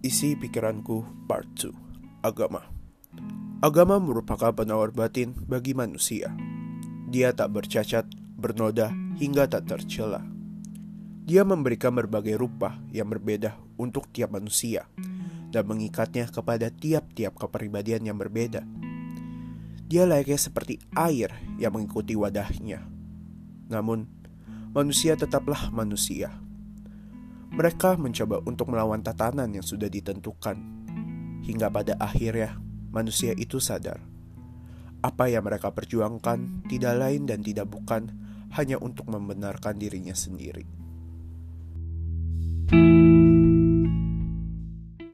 Isi pikiranku Part 2. Agama. Agama merupakan penawar batin bagi manusia. Dia tak bercacat, bernoda, hingga tak tercela. Dia memberikan berbagai rupa yang berbeda untuk tiap manusia dan mengikatnya kepada tiap-tiap kepribadian yang berbeda. Dia layaknya seperti air yang mengikuti wadahnya. Namun, manusia tetaplah manusia. Mereka mencoba untuk melawan tatanan yang sudah ditentukan, hingga pada akhirnya manusia itu sadar. Apa yang mereka perjuangkan tidak lain dan tidak bukan hanya untuk membenarkan dirinya sendiri.